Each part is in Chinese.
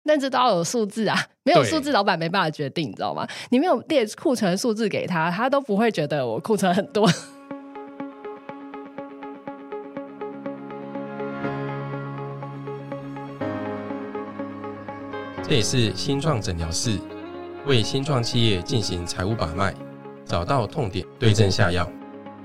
但这都要有数字啊，没有数字老板没办法决定，你知道吗？你没有列库存数字给他，他都不会觉得我库存很多。 这里是新创诊疗室，为新创企业进行财务把脉，找到痛点，对症下药。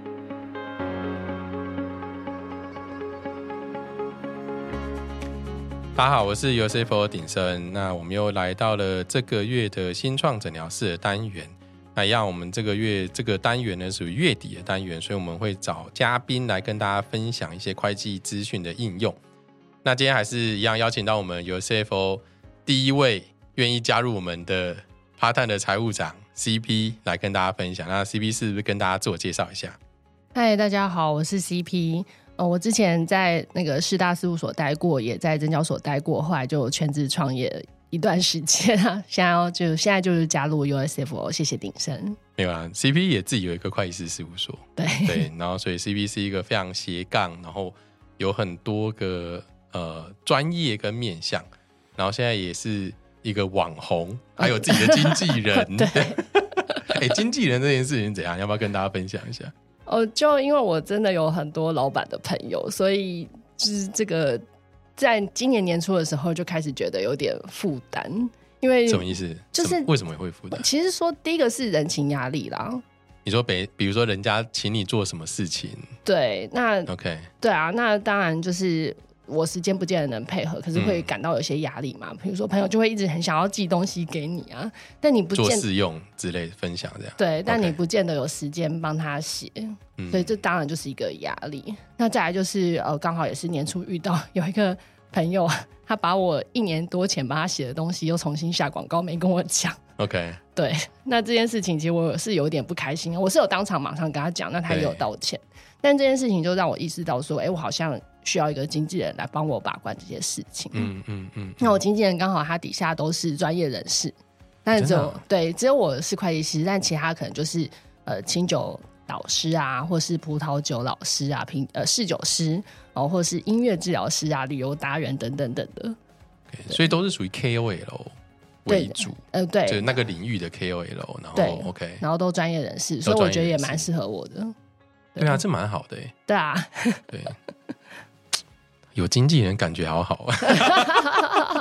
大家好，我是 USFO 鼎生。那我们又来到了这个月的新创诊疗室的单元。那一样，我们这个月这个单元呢属于月底的单元，所以我们会找嘉宾来跟大家分享一些会计资讯的应用。那今天还是一样邀请到我们 USFO 第一位愿意加入我们的 Part-time 的财务长 CP 来跟大家分享。那 CP 是不是跟大家自我介绍一下？ 嗨，大家好，我是 CP。我之前在那个世大事务所待过，也在证交所待过，后来就全职创业一段时间啊。现在就是加入 USFO， 谢谢鼎生。 没有啊 ，CP 也自己有一个会计师事务所， 对， 然后所以 CP 是一个非常斜杠，然后有很多个专业跟面向，然后现在也是一个网红，还有自己的经纪人。对，经纪人这件事情怎样？要不要跟大家分享一下？ 就因为我真的有很多老板的朋友，所以就是这个在今年年初的时候就开始觉得有点负担。因为什么意思？就是为什么会负担？ 其实说第一个是人情压力啦。 你说比如说人家请你做什么事情？ 对，那 OK， 对啊，那当然就是我时间不见得能配合，可是会感到有些压力嘛。比如说朋友就会一直很想要寄东西给你啊，但你不见做试用之类的分享这样。 对，但你不见得有时间帮他写，所以这当然就是一个压力。那再来就是刚好也是年初遇到有一个朋友，他把我1年多前帮他写的东西又重新下广告，没跟我讲。 OK， 对，那这件事情其实我是有点不开心，我是有当场马上跟他讲，那他也有道歉，但这件事情就让我意识到说，我好像需要一个经纪人来帮我把关这些事情。那我经纪人刚好他底下都是专业人士，但只有、对，只有我是会计师，但其他可能就是清酒导师啊，或是葡萄酒老师啊，侍酒师，或是音乐治疗师啊，旅游达人等等等的。 所以都是属于 KOL 为主， 对， 就是那个领域的 KOL， 然后 OK， 然后都专业人士，所以我觉得也蛮适合我的。 对啊，这蛮好的耶。 对啊， 对，有经纪人感觉好好啊。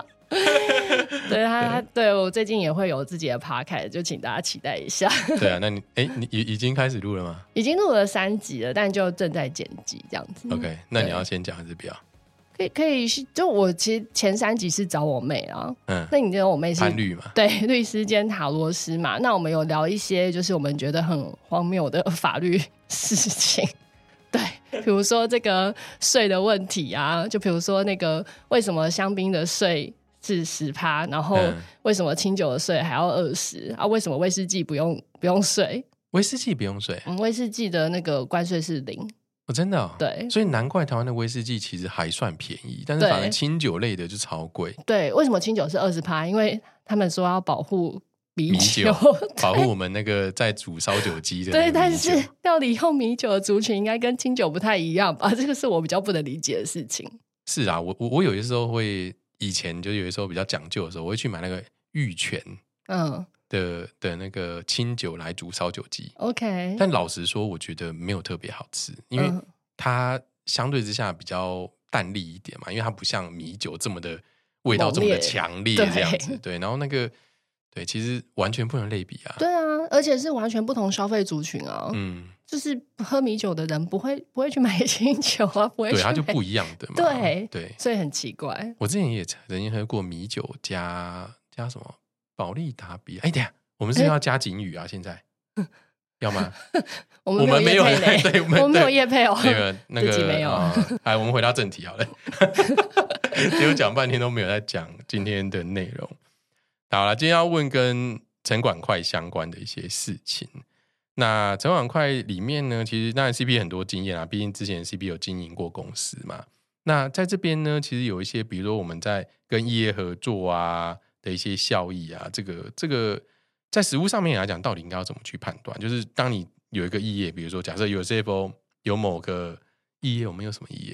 对我最近也会有自己的 podcast， 就请大家期待一下。 对啊，那你已经开始录了吗？ 已经录了3集了，但就正在剪辑这样子。 OK， 那你要先讲还是不要？ 可以，就我其实前3集是找我妹啊，那你知道我妹是潘律嘛？对， 律师兼塔罗师嘛。那我们有聊一些就是我们觉得很荒谬的法律事情，对，比如说这个税的问题啊，就比如说那个为什么香槟的税是10%，然后为什么清酒的税还要20%啊？为什么威士忌不用税？ 威士忌不用税？ 威士忌的那个关税是0。 真的对， 所以难怪台湾的威士忌其实还算便宜，但是反而清酒类的就超贵。 对，为什么清酒是20%？因为他们说要保护米酒保护我们那个在煮烧酒鸡的。 对，但是料理用米酒的族群应该跟清酒不太一样吧？这个是我比较不能理解的事情。 是啊，我有些时候会，以前就有些时候比较讲究的时候，我会去买那个玉泉的那个清酒来煮烧酒鸡。 OK， 但老实说我觉得没有特别好吃，因为它相对之下比较淡丽一点嘛，因为它不像米酒这么的味道这么的强烈这样子。对，然后那个对，其实完全不能类比啊。 对啊，而且是完全不同消费族群啊。就是喝米酒的人不会去买清酒啊，不会去买，对， 它就不一样的嘛。对， 所以很奇怪。 我之前也曾经喝过米酒加什么保利达比。等一下，我们是要加警语啊？现在要吗？ 我们没有业配，对，我们没有业配哦， 那个没有。 我们回到正题好了。结果讲半天都没有在讲今天的内容。好了，今天要问跟陈管会相关的一些事情。那陈管会里面呢，其实当然 CP 很多经验啊，毕竟之前 CP 有经营过公司嘛。那在这边呢，其实有一些，比如说我们在跟异业合作啊的一些效益啊，这个在实务上面来讲，到底应该要怎么去判断？就是当你有一个异业，比如说假设有 CFO 有某个异业，我们有什么异业？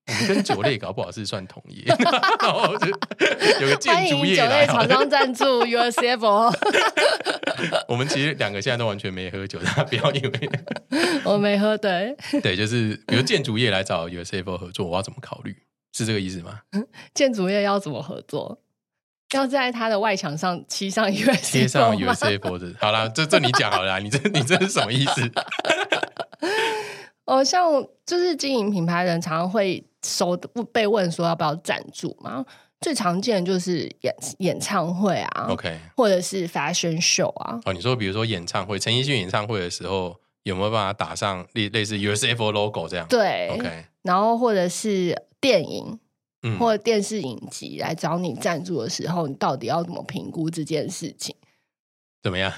我们跟酒类搞不好是算同业，然后就有个建筑业来，欢迎酒类厂商赞助 USCFO。 我们其实2个现在都完全没喝酒，大家不要以为我没喝，对对，就是比如建筑业来找 USCFO 合作，我要怎么考虑？是这个意思吗？ 建筑业要怎么合作？要在他的外墙上贴上 USCFO， 贴上 USCFO 的。好啦，这你讲好了啦，你这是什么意思？ 像就是经营品牌的人常常会被问说要不要赞助嘛，最常见的就是演唱会啊 ，OK， 或者是 fashion show 啊。 你说比如说演唱会，陈奕迅演唱会的时候，有没有办法打上类似 USCFO logo 这样？ 对 ，OK， 然后或者是电影。或者电视影集来找你赞助的时候，你到底要怎么评估这件事情？ 怎么样？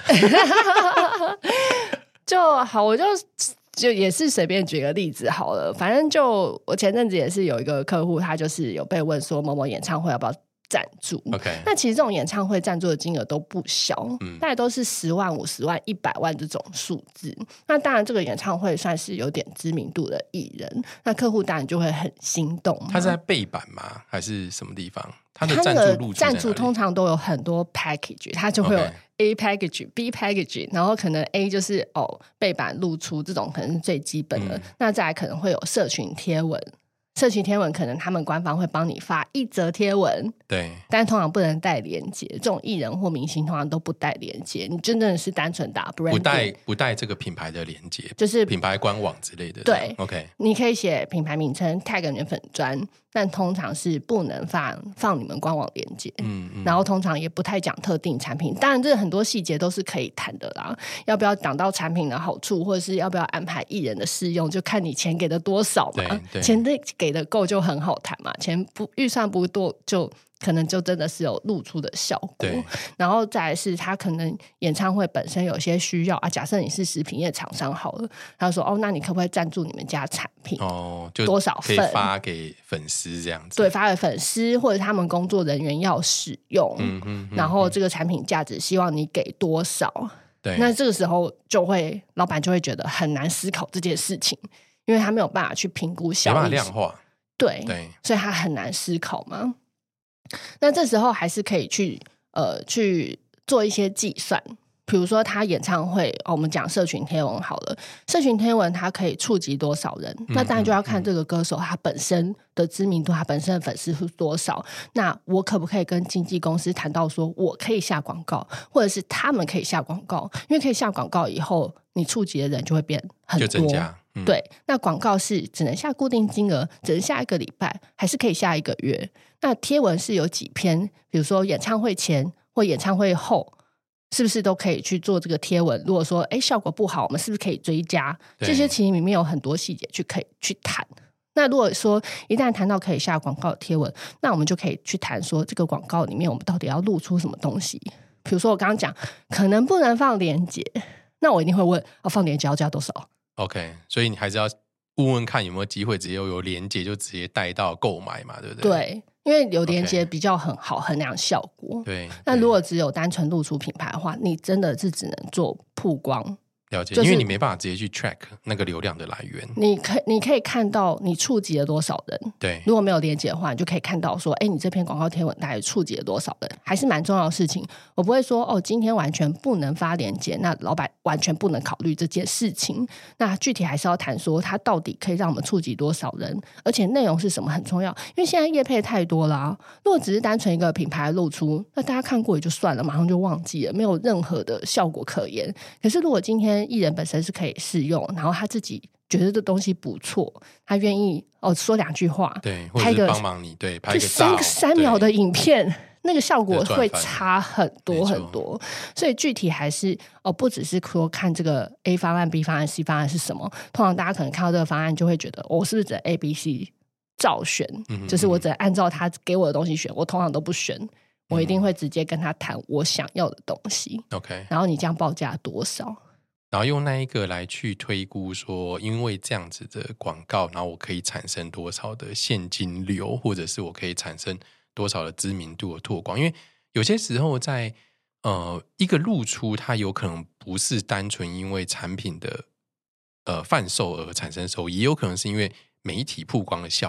就好，我就也是随便举个例子好了。反正就我前阵子也是有一个客户，他就是有被问说某某演唱会要不要赞助。 OK， 那其实这种演唱会赞助的金额都不小，大概都是10万、50万、100万这种数字。那当然，这个演唱会算是有点知名度的艺人，那客户当然就会很心动。 他是在背板吗？还是什么地方？他的赞助通常都有很多 package， 它就会有 A package、B package， 然后可能 A 就是背板露出这种可能是最基本的，那再来可能会有社群贴文。社群贴文可能他们官方会帮你发1则贴文， 对， 但通常不能带连结，这种艺人或明星通常都不带连结，你真的是单纯打 brand， 不带这个品牌的连结， 就是品牌官网之类的。 对 ，OK， 你可以写品牌名称 tag 你的粉专，但通常是不能放你们官网连结，然后通常也不太讲特定产品，当然这很多细节都是可以谈的啦，要不要讲到产品的好处，或者是要不要安排艺人的试用，就看你钱给的多少嘛，钱给的够就很好谈嘛，钱预算不多就可能就真的是有露出的效果。然后再来是他可能演唱会本身有些需要啊，假设你是食品业厂商好了，他说那你可不可以赞助你们家产品就多少份可以发给粉丝这样子？ 对，发给粉丝或者他们工作人员要使用，然后这个产品价值希望你给多少？对，那这个时候老板就会觉得很难思考这件事情，因为他没有办法去评估效益， 没办法量化。 对，所以他很难思考嘛。那这时候还是可以去做一些计算，比如说他演唱会我们讲社群贴文好了，社群贴文它可以触及多少人，那当然就要看这个歌手他本身的知名度，他本身的粉丝是多少。那我可不可以跟经纪公司谈到说我可以下广告，或者是他们可以下广告，因为可以下广告以后你触及的人就会变很多， 就增加。 对，那广告是只能下固定金额，只能下1个礼拜，还是可以下1个月？那贴文是有几篇，比如说演唱会前或演唱会后，是不是都可以去做这个贴文？如果说效果不好，我们是不是可以追加？这些其实里面有很多细节可以去谈。那如果说一旦谈到可以下广告的贴文，那我们就可以去谈说这个广告里面我们到底要露出什么东西。比如说我刚刚讲可能不能放连结，那我一定会问放连结要加多少？ OK， 所以你还是要问看有没有机会直接有连结就直接带到购买嘛，对不对？ 对，因为有连结比较很好衡量效果。 对， 那如果只有单纯露出品牌的话，你真的是只能做曝光。 了解，因为你没办法直接去 track 那个流量的来源。 你可以看到你触及了多少人。 对， 如果没有连结的话，你就可以看到说你这篇广告贴文大概触及了多少人，还是蛮重要的事情。我不会说今天完全不能发连结，那老板完全不能考虑这件事情。那具体还是要谈说它到底可以让我们触及多少人，而且内容是什么很重要。因为现在业配太多啦，如果只是单纯一个品牌露出，那大家看过也就算了，马上就忘记了，没有任何的效果可言。可是如果今天艺人本身是可以试用，然后他自己觉得这东西不错，他愿意说2句话， 对，或者是帮忙你，对，拍个照 3秒的影片，那个效果会差很多很多。所以具体还是不只是说看这个 A 方案、B 方案、C 方案是什么。通常大家可能看到这个方案就会觉得我是不是只能 A、B、C 照选，就是我只能按照他给我的东西选，我通常都不选，我一定会直接跟他谈我想要的东西。 OK， 然后你这样报价多少？ 然后用那一个来去推估说，因为这样子的广告，然后我可以产生多少的现金流，或者是我可以产生多少的知名度的拓广。因为有些时候在一个露出，它有可能不是单纯因为产品的贩售而产生收益，也有可能是因为媒体曝光的效益，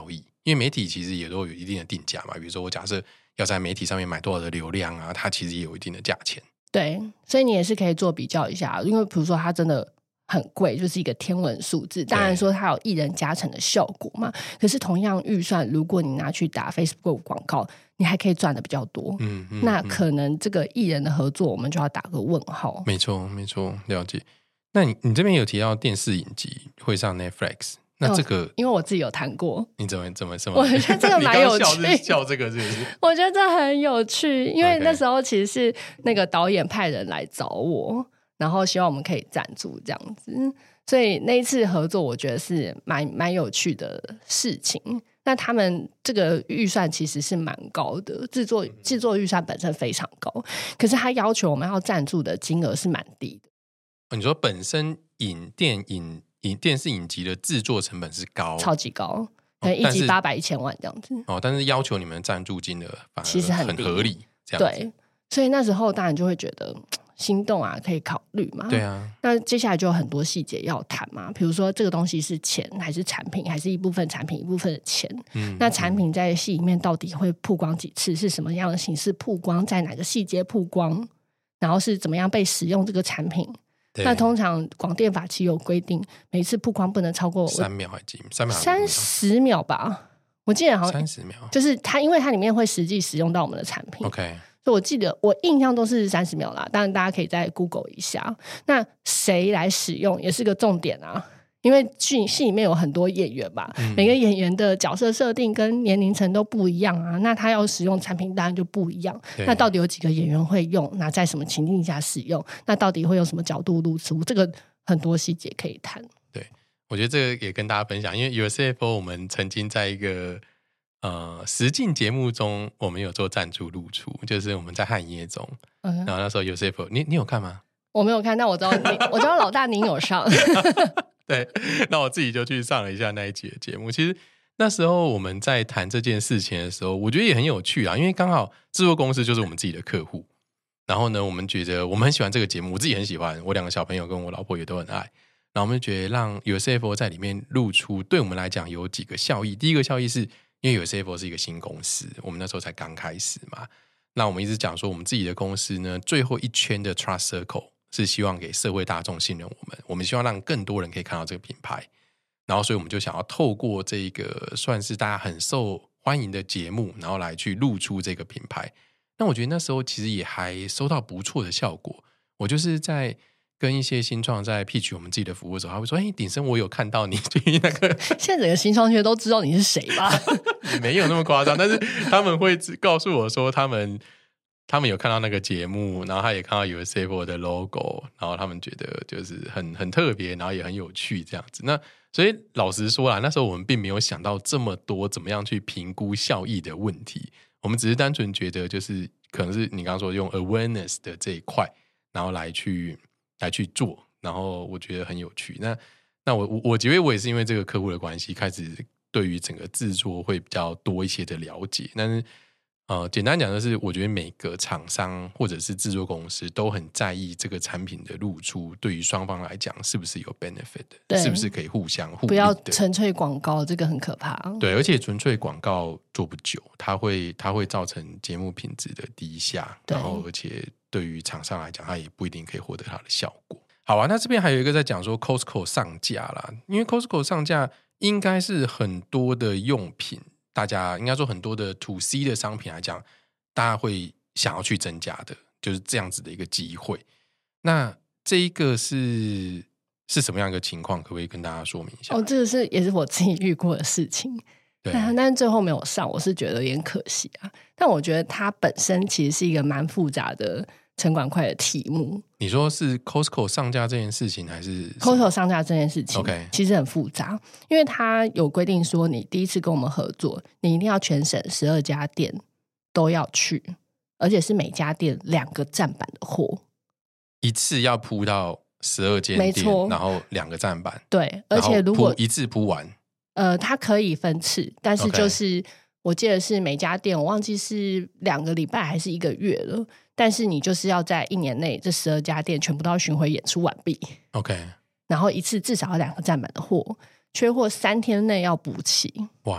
因为媒体其实也都有一定的定价嘛，比如说我假设要在媒体上面买多少的流量啊，它其实也有一定的价钱。 对，所以你也是可以做比较一下，因为比如说它真的很贵，就是一个天文数字，当然说它有艺人加成的效果嘛，可是同样预算如果你拿去打 Facebook 广告，你还可以赚的比较多。那可能这个艺人的合作我们就要打个问号。 没错没错，了解。那你这边有提到电视影集会上 Netflix， 那这个因为我自己有谈过。 你怎么我觉得这个蛮有趣。 你刚刚笑这个是不是？ 我觉得这很有趣，因为那时候其实是那个导演派人来找我，然后希望我们可以赞助这样子，所以那一次合作我觉得是蛮有趣的事情。那他们这个预算其实是蛮高的，制作预算本身非常高，可是他要求我们要赞助的金额是蛮低的。 你说本身电视影集的制作成本是高， 超级高，可能一集800、1000万这样子。 但是要求你们赞助金额反而其实很合理，这样子。 对，所以那时候当然就会觉得心动啊，可以考虑嘛。 对啊， 那接下来就有很多细节要谈嘛，比如说这个东西是钱还是产品，还是一部分产品一部分的钱。那产品在戏里面到底会曝光几次，是什么样的形式曝光，在哪个细节曝光，然后是怎么样被使用这个产品。那通常广电法其实有规定，每次曝光不能超过 3秒，还记3秒 30秒吧，我记得好像 30秒， 就是它，因为它里面会实际使用到我们的产品。 OK， 所以我记得我印象都是30秒啦，当然大家可以再 Google 一下。那谁来使用也是个重点啊，因为戏里面有很多演员吧，每个演员的角色设定跟年龄层都不一样啊，那他要使用产品当然就不一样。那到底有几个演员会用？那在什么情境下使用？那到底会用什么角度露出？这个很多细节可以谈。 对，我觉得这个也跟大家分享，因为 USFO 我们曾经在一个实境节目中，我们有做赞助露出，就是我们在汉夜中，然后那时候 USFO 你有看吗？ 我没有看，但我知道我知道老大您有上。 对，那我自己就去上了一下那一集的节目。其实那时候我们在谈这件事情的时候，我觉得也很有趣啊，因为刚好制作公司就是我们自己的客户，然后呢，我们觉得我们很喜欢这个节目，我自己很喜欢，我2个小朋友跟我老婆也都很爱，然后我们就觉得让 USFO 在里面露出，对我们来讲有几个效益。第一个效益是因为 USFO 是一个新公司，我们那时候才刚开始嘛，那我们一直讲说我们自己的公司呢，最后一圈的 Trust Circle是希望给社会大众信任我们希望让更多人可以看到这个品牌，然后所以我们就想要透过这个算是大家很受欢迎的节目，然后来去露出这个品牌。那我觉得那时候其实也还收到不错的效果。我就是在跟一些新创在 pitch 我们自己的服务的时候，他会说：“哎，鼎声，我有看到你去那个。” 现在整个新创圈都知道你是谁吧？ 也没有那么夸张，但是他们会告诉我说他们有看到那个节目，然后他也看到 USFO 的 logo， 然后他们觉得就是很特别，然后也很有趣这样子。那所以老实说啦，那时候我们并没有想到这么多怎么样去评估效益的问题，我们只是单纯觉得就是可能是你刚刚说用 awareness 的这一块，然后来去做，然后我觉得很有趣。那我觉得我也是因为这个客户的关系，开始对于整个制作会比较多一些的了解。但是简单讲就是，我觉得每个厂商或者是制作公司都很在意这个产品的露出，对于双方来讲是不是有 benefit 的，是不是可以互相互利的，不要纯粹广告，这个很可怕。 对，而且纯粹广告做不久，它会造成节目品质的低下，然后而且对于厂商来讲，它也不一定可以获得它的效果。好啊，那这边还有一个在讲说 Costco 上架啦，因为 Costco 上架应该是很多的用品，大家应该说很多的 to C 的商品来讲，大家会想要去增加的，就是这样子的一个机会。那这一个是什么样一个情况？可不可以跟大家说明一下？ 这个也是我自己遇过的事情，但是最后没有上，我是觉得有点可惜啊。但我觉得它本身其实是一个蛮复杂的城管会的题目。 你说是 Costco 上架这件事情，还是 Costco 上架这件事情 ？OK， 其实很复杂，因为它有规定说，你第一次跟我们合作，你一定要全省12家店都要去，而且是每家店2个站板的货， 一次要铺到12间店， 没错， 然后2个站板， 对，而且如果一次铺完， 它可以分次，但是就是我记得是每家店，我忘记是2个礼拜还是1个月了。但是你就是要在1年内，这12家店全部都要巡回演出完毕。 OK， 然后一次至少要2个站板的货，缺货3天内要补齐。 哇，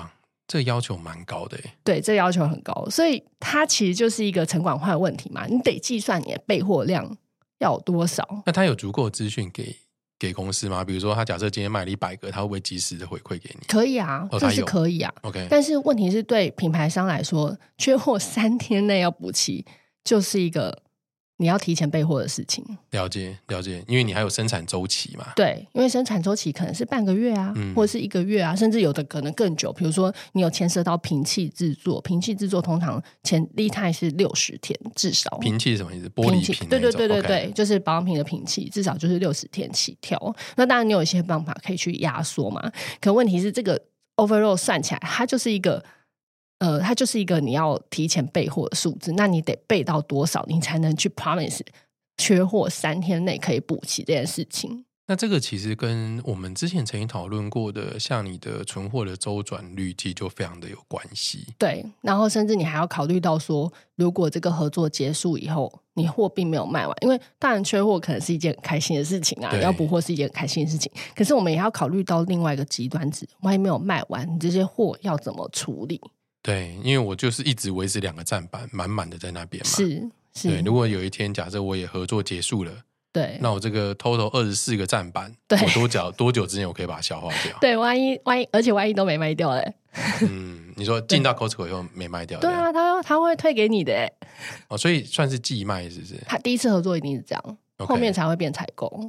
这要求蛮高的耶。 对，这要求很高，所以它其实就是一个成管会的问题嘛，你得计算你的备货量要有多少。 那他有足够的资讯给公司吗？比如说他假设今天卖了100个，他会不会及时的回馈给你？ 可以啊，这是可以啊。 OK， 但是问题是对品牌商来说，缺货3天内要补齐，就是一个你要提前备货的事情。 了解，因为你还有生产周期嘛。 对，因为生产周期可能是半个月啊，或者是1个月啊，甚至有的可能更久。比如说你有牵涉到瓶器制作，瓶器制作通常lead time是60天至少。 瓶器是什么意思？玻璃瓶那种？ 对、 okay 就是保养品的瓶器，至少就是60天起跳。那当然你有一些办法可以去压缩嘛，可问题是这个 overall 算起来，它就是一个你要提前备货的数字，那你得备到多少，你才能去 promise 缺货3天内可以补齐这件事情。 那这个其实跟我们之前曾经讨论过的，像你的存货的周转率，其实就非常的有关系。 对，然后甚至你还要考虑到说，如果这个合作结束以后，你货并没有卖完，因为当然缺货可能是一件很开心的事情啊，要补货是一件很开心的事情，可是我们也要考虑到另外一个极端值，万一没有卖完，你这些货要怎么处理？ 对，因为我就是一直维持2个站板满满的在那边嘛。 是。 对，如果有一天假设我也合作结束了，对，那我这个 total 24个站板，我多久之内我可以把它消化掉？ 对，万一而且万一都没卖掉嘞。 你说进到 Costco 以后没卖掉？ 对啊，他会退给你的耶。 所以算是寄卖是不是？ 他第一次合作一定是这样，后面才会变采购。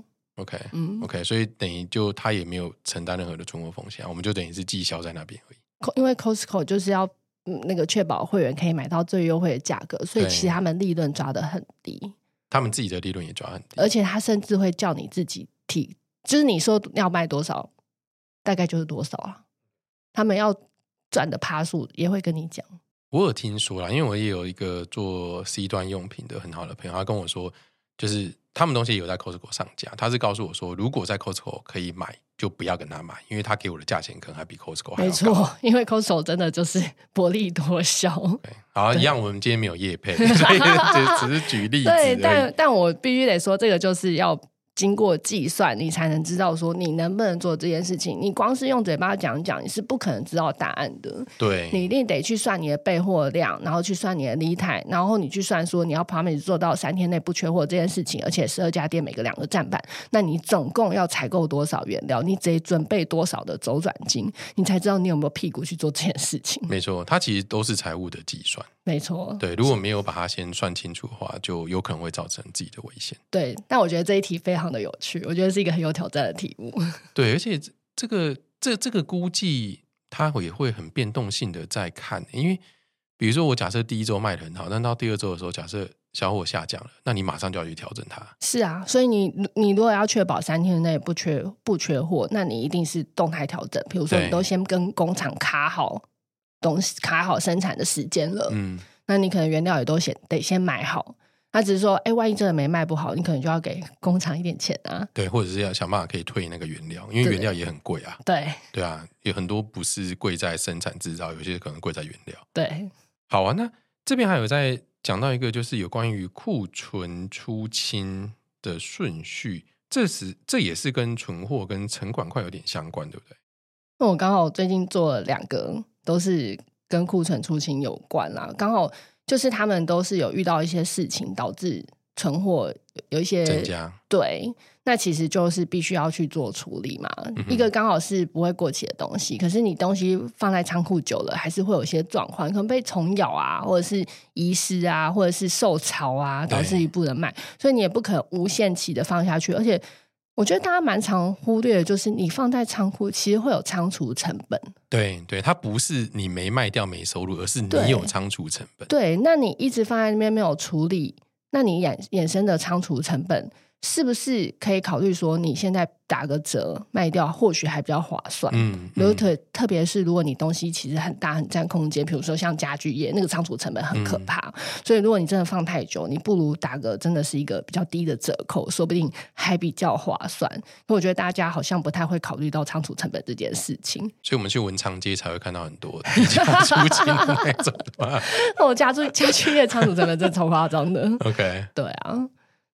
OK， 所以等于就他也没有承担任何的存货风险，我们就等于是寄销在那边而已。 因为 Costco 就是要那个确保会员可以买到最优惠的价格，所以其实他们利润抓得很低， 他们自己的利润也抓很低， 而且他甚至会叫你自己提，就是你说要卖多少大概就是多少啊，他们要赚的趴数也会跟你讲。 我有听说啦，因为我也有一个做 C 端用品的很好的朋友，他跟我说就是他们东西也有在 Costco 上架，他是告诉我说如果在 Costco 可以买就不要跟他买，因为他给我的价钱可能还比 Costco 还要高。没错，因为 Costco 真的就是薄利多销。 好，一样我们今天没有业配，所以只是举例子而已。 对，但我必须得说这个就是要经过计算你才能知道说你能不能做这件事情，你光是用嘴巴讲你是不可能知道答案的。 对， 你一定得去算你的备货量，然后去算你的lead time，然后你去算说你要 promise 做到3天内不缺货这件事情，而且12家店每个2个站板，那你总共要采购多少原料，你得准备多少的周转金，你才知道你有没有屁股去做这件事情。 没错，它其实都是财务的计算。 没错， 对，如果没有把它先算清楚的话，就有可能会造成自己的危险。 对，但我觉得这一题非常的有趣，我觉得是一个很有挑战的题目。 对，而且这个估计它也会很变动性的在看，因为比如说我假设第1周卖得很好，但到第2周的时候，假设销货下降了，那你马上就要去调整它。是啊，所以你如果要确保3天内不缺货，那你一定是动态调整，比如说你都先跟工厂卡好生产的时间了，那你可能原料也都得先买好，他只是说万一真的没卖不好，你可能就要给工厂一点钱啊， 对，或者是要想办法可以退那个原料，因为原料也很贵啊。对啊，有很多不是贵在生产制造，有些可能贵在原料。 对， 好啊，那这边还有在讲到一个就是有关于库存出清的顺序，这也是跟存货跟成管快有点相关，对不对？ 那我刚好最近做了2个都是跟库存出清有关啦，刚好就是他们都是有遇到一些事情导致存货有一些增加， 对，那其实就是必须要去做处理嘛。一个刚好是不会过期的东西，可是你东西放在仓库久了还是会有一些状况，可能被虫咬啊，或者是遗失啊，或者是受潮啊，导致于不能卖，所以你也不可能无限期的放下去。而且我觉得大家蛮常忽略的就是你放在仓库其实会有仓储成本。 对，它不是你没卖掉没收入，而是你有仓储成本。 对，那你一直放在那边没有处理，那你衍生的仓储成本是不是可以考虑说你现在打个折卖掉或许还比较划算。特别是如果你东西其实很大很占空间，比如说像家具业那个仓储成本很可怕，所以如果你真的放太久，你不如打个真的是一个比较低的折扣，说不定还比较划算。我觉得大家好像不太会考虑到仓储成本这件事情， 所以我们去文昌街才会看到很多低价出清的那种的我家具业仓储成本真的超夸张的。 OK， 对啊，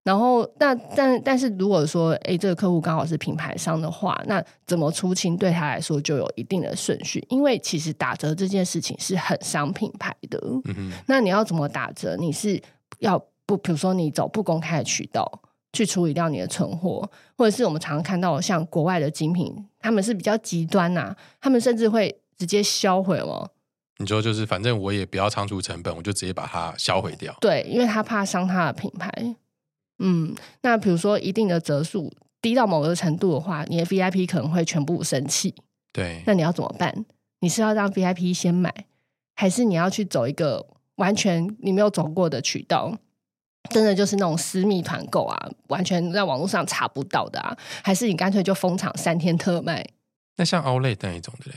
然后但是如果说这个客户刚好是品牌商的话，那怎么出清对他来说就有一定的顺序，因为其实打折这件事情是很伤品牌的。那你要怎么打折？你是要比如说你走不公开的渠道去处理掉你的存货，或者是我们常常看到像国外的精品，他们是比较极端啊，他们甚至会直接销毁了。 你说就是反正我也不要仓储成本，我就直接把它销毁掉。 对，因为他怕伤他的品牌。那比如说一定的折数低到某个程度的话，你的 VIP 可能会全部生气。 对， 那你要怎么办？你是要让 VIP 先买，还是你要去走一个完全你没有走过的渠道，真的就是那种私密团购啊，完全在网络上查不到的啊？还是你干脆就封场3天特卖？ 那像 Outlet 那一种的嘞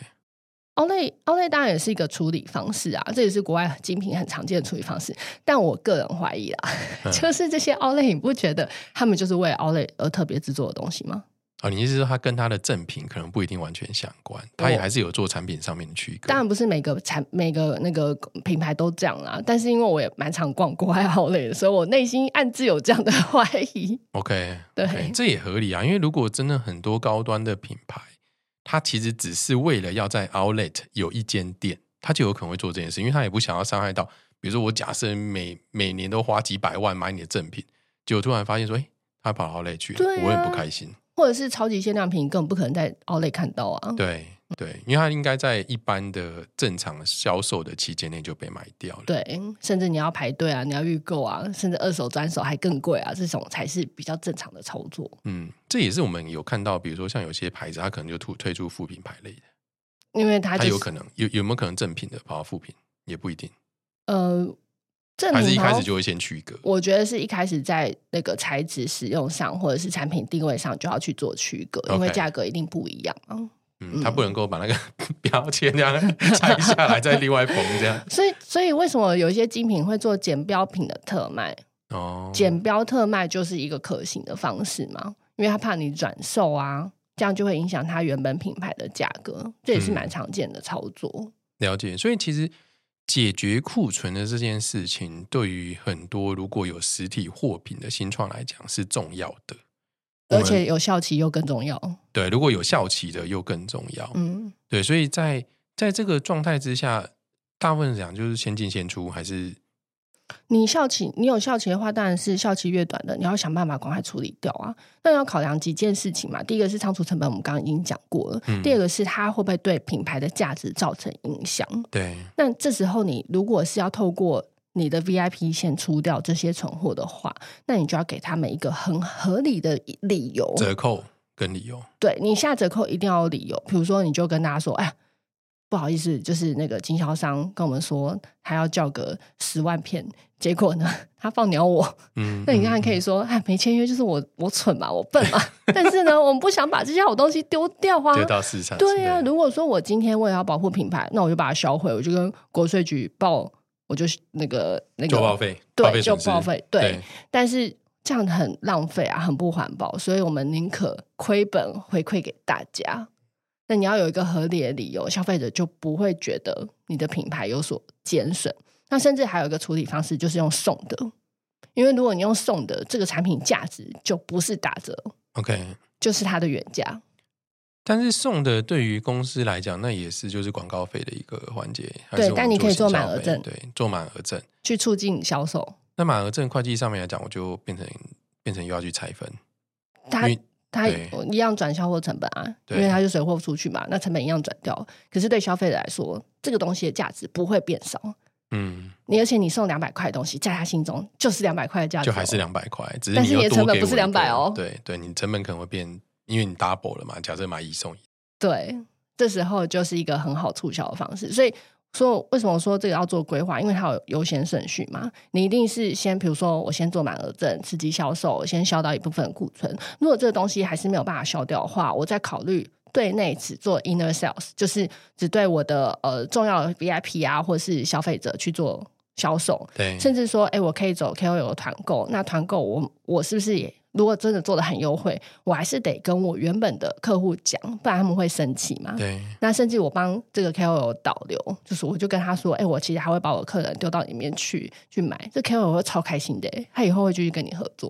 ？Outlet 当然也是一个处理方式啊，这也是国外精品很常见的处理方式。但我个人怀疑啦，就是这些 Outlet 你不觉得他们就是为了 Outlet 而特别制作的东西吗？ 你意思是说它跟它的正品可能不一定完全相关，它也还是有做产品上面的区隔。 当然不是每个那个品牌都这样啦，但是因为我也蛮常逛国外 Outlet 的，所以我内心暗自有这样的怀疑。 OK， 对， 这也合理啊，因为如果真的很多高端的品牌，它其实只是为了要在 Outlet 有一间店，它就有可能会做这件事，因为它也不想要伤害到，比如说我假设每年都花几百万买你的正品，结果突然发现说他跑到 Outlet 去了，我很不开心。 或者是超级限量品根本不可能在 Outlet 看到啊。 对，因为它应该在一般的正常销售的期间内就被买掉了。 对，甚至你要排队啊，你要预购啊，甚至二手转手还更贵啊，这种才是比较正常的操作。 这也是我们有看到，比如说像有些牌子它可能就推出副品牌类的， 因为它有可能有没有可能正品的跑到副品也不一定。 还是一开始就会先区隔？我觉得是一开始在那个材质使用上或者是产品定位上就要去做区隔，因为价格一定不一样啊。 他不能够把那个标签这样拆下来再另外缝这样。 所以为什么有一些精品会做减标品的特卖？减标特卖就是一个可行的方式嘛，因为他怕你转售啊，这样就会影响他原本品牌的价格，这也是蛮常见的操作。 了解，所以其实解决库存的这件事情，对于很多如果有实体货品的新创来讲是重要的， 而且有效期又更重要。 对，如果有效期的又更重要。对，所以在这个状态之下，大部分讲就是先进先出，还是你有效期的话，当然是效期越短的，你要想办法赶快处理掉啊。那要考量几件事情嘛，第一个是仓储成本，我们刚刚已经讲过了。第二个是它会不会对品牌的价值造成影响。 对， 那这时候你如果是要透过你的 VIP 先出掉这些存货的话，那你就要给他们一个很合理的理由， 折扣跟理由。 对，你下折扣一定要有理由，比如说你就跟大家说，哎呀，不好意思，就是那个经销商跟我们说他要叫个10万片，结果呢他放鸟我。那你看可以说，哎，没签约就是我蠢嘛，我笨嘛。但是呢，我们不想把这些好东西丢掉啊， 丢到市场。 对啊，如果说我今天为了要保护品牌，那我就把它销毁，我就跟国税局报，我就那个就报废， 对，就报废，对。但是这样很浪费啊，很不环保，所以我们宁可亏本回馈给大家。那你要有一个合理的理由，消费者就不会觉得你的品牌有所减损。那甚至还有一个处理方式，就是用送的，因为如果你用送的，这个产品价值就不是打折 ，OK， 就是它的原价。 但是送的对于公司来讲，那也是就是广告费的一个环节。 对，但你可以做满额赠， 对，做满额赠去促进销售。 那满额赠会计上面来讲，我就变成又要去拆分。 它一样转销货成本啊，因为它就随货出去嘛，那成本一样转掉。可是对消费者来说，这个东西的价值不会变少。而且你送200块的东西，在他心中就是200块的价值， 就还是200块，只是但是你的成本不是200哦。 对，你成本可能会变，因为你 double 了嘛。假设买1送1， 对，这时候就是一个很好促销的方式。所以说为什么说这个要做规划？因为它有优先顺序嘛。你一定是先，比如说我先做满额赠，刺激销售，先销到一部分的库存。如果这个东西还是没有办法销掉的话，我再考虑对内只做 inner sales， 就是只对我的重要的 VIP 啊，或是消费者去做销售。 对， 甚至说，我可以走 KOL 的团购。那团购我是不是也？如果真的做得很优惠，我还是得跟我原本的客户讲，不然他们会生气嘛。 对。 那甚至我帮这个 KOL 导流，就是我就跟他说，我其实还会把我的客人丢到里面去买，这 KOL 会超开心的，他以后会继续跟你合作。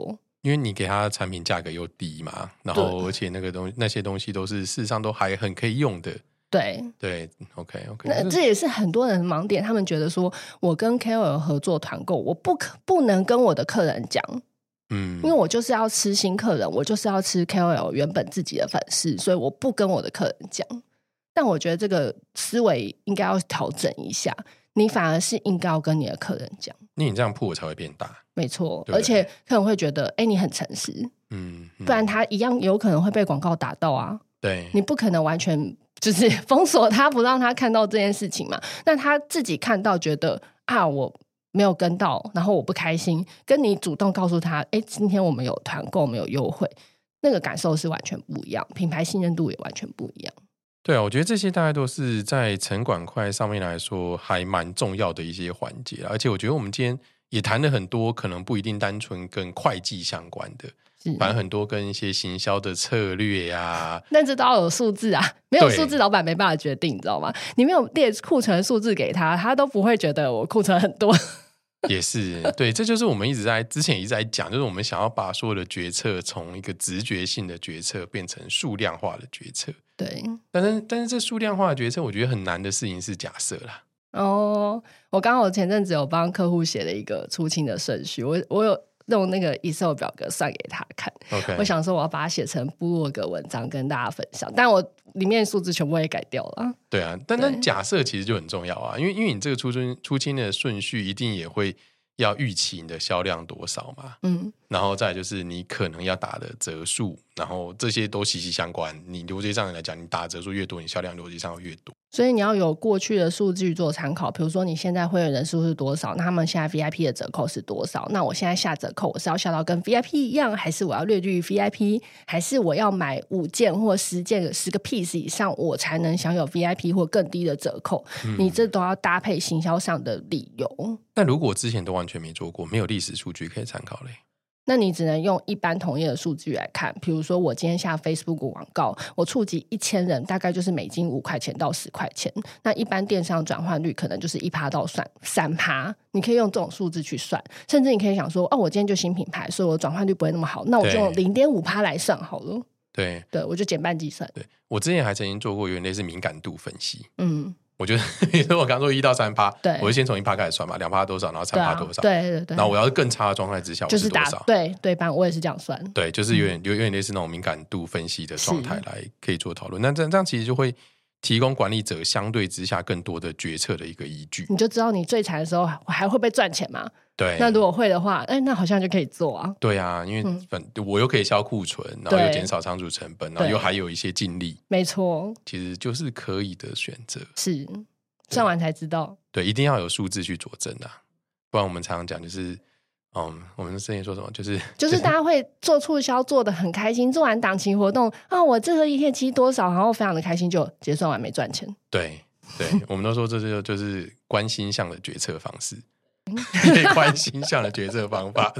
因为你给他的产品价格又低嘛，然后而且那些东西都是事实上都还很可以用的。对 OK， 那这也是很多人的盲点，他们觉得说我跟 KOL 合作团购，我不能跟我的客人讲，因为我就是要吃新客人，我就是要吃 KOL 原本自己的粉丝，所以我不跟我的客人讲。但我觉得这个思维应该要调整一下，你反而是应该要跟你的客人讲， 因为你这样铺才会变大。没错，而且客人会觉得你很诚实，不然他一样有可能会被广告打到啊。对，你不可能完全就是封锁他，不让他看到这件事情嘛。那他自己看到觉得我没有跟到，然后我不开心，跟你主动告诉他今天我们有团购，我们有优惠，那个感受是完全不一样，品牌信任度也完全不一样。 对啊，我觉得这些大概都是在成管快上面来说还蛮重要的一些环节，而且我觉得我们今天也谈了很多可能不一定单纯跟会计相关的，反正很多跟一些行销的策略啊， 但这都要有数字啊，没有数字老板没办法决定，你知道吗？你没有列库存数字给他，他都不会觉得我库存很多。 也是对，这就是我们之前一直在讲，就是我们想要把所有的决策从一个直觉性的决策变成数量化的决策。 对， 但是这数量化的决策，我觉得很难的事情是假设啦。 我刚好前阵子有帮客户写了一个出清的顺序，我有用那个 Excel 表格算给他看。我想说我要把它写成部落格文章跟大家分享，但我里面数字全部会改掉了。 对啊，但假设其实就很重要啊，因为你这个出清的顺序一定也会要预期你的销量多少嘛，然后再来就是你可能要打的折数，然后这些都息息相关。你逻辑上来讲，你打的折数越多，你销量逻辑上越多。 所以你要有过去的数据做参考，比如说你现在会员人数是多少，那他们现在 VIP 的折扣是多少，那我现在下折扣我是要下到跟 VIP 一样，还是我要略低于 VIP， 还是我要买5件或10件10个 piece 以上我才能享有 VIP 或更低的折扣，你这都要搭配行销上的理由。 那如果之前都完全没做过，没有历史数据可以参考嘞， 那你只能用一般同业的数据来看，比如说我今天下 Facebook 广告，我触及1000人，大概就是每斤5块钱到10块钱，那一般电商转换率可能就是1%到3%，你可以用这种数字去算，甚至你可以想说我今天就新品牌，所以我转换率不会那么好，那我就用 0.5% 来算好了。对，我就减半计算。 对，我之前还曾经做过有点类似敏感度分析。我觉得比如说我刚说1到3%，我就先从1%开始算嘛，2%多少，然后3%多少， 对， 然后我要是更差的状态之下， 就是多少？ 对半，我也是这样算。 对，就是有点类似那种敏感度分析的状态来可以做讨论。那这样其实就会提供管理者相对之下更多的决策的一个依据。 你就知道你最惨的时候还会不会赚钱嘛？ 对， 那如果会的话，那好像就可以做啊。 对啊，因为我又可以销库存，然后又减少仓储成本，然后又还有一些净利，没错，其实就是可以的选择。是。 算完才知道， 对，一定要有数字去佐证啊，不然我们常常讲就是，我们之前说什么，就是大家会做促销做得很开心，做完档期活动我这个业绩多少，然后非常的开心，就结算完没赚钱。 对，我们都说这就是关心向的决策方式，关心向的决策方法。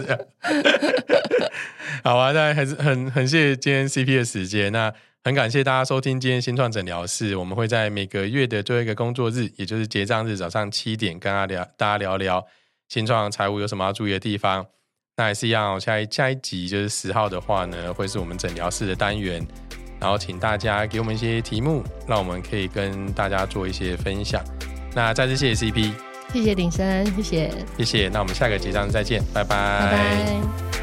好啊，大家还是很谢谢今天 CP 的时间，那很感谢大家收听今天新创诊疗室，我们会在每个月的最后一个工作日，也就是结账日早上7点跟大家聊聊新创财务有什么要注意的地方。那也是一样，下一集就是10号的话呢，会是我们诊疗室的单元，然后请大家给我们一些题目，让我们可以跟大家做一些分享。那再次谢谢 CP， 谢谢鼎生，谢谢， 那我们下个结账日再见，拜拜。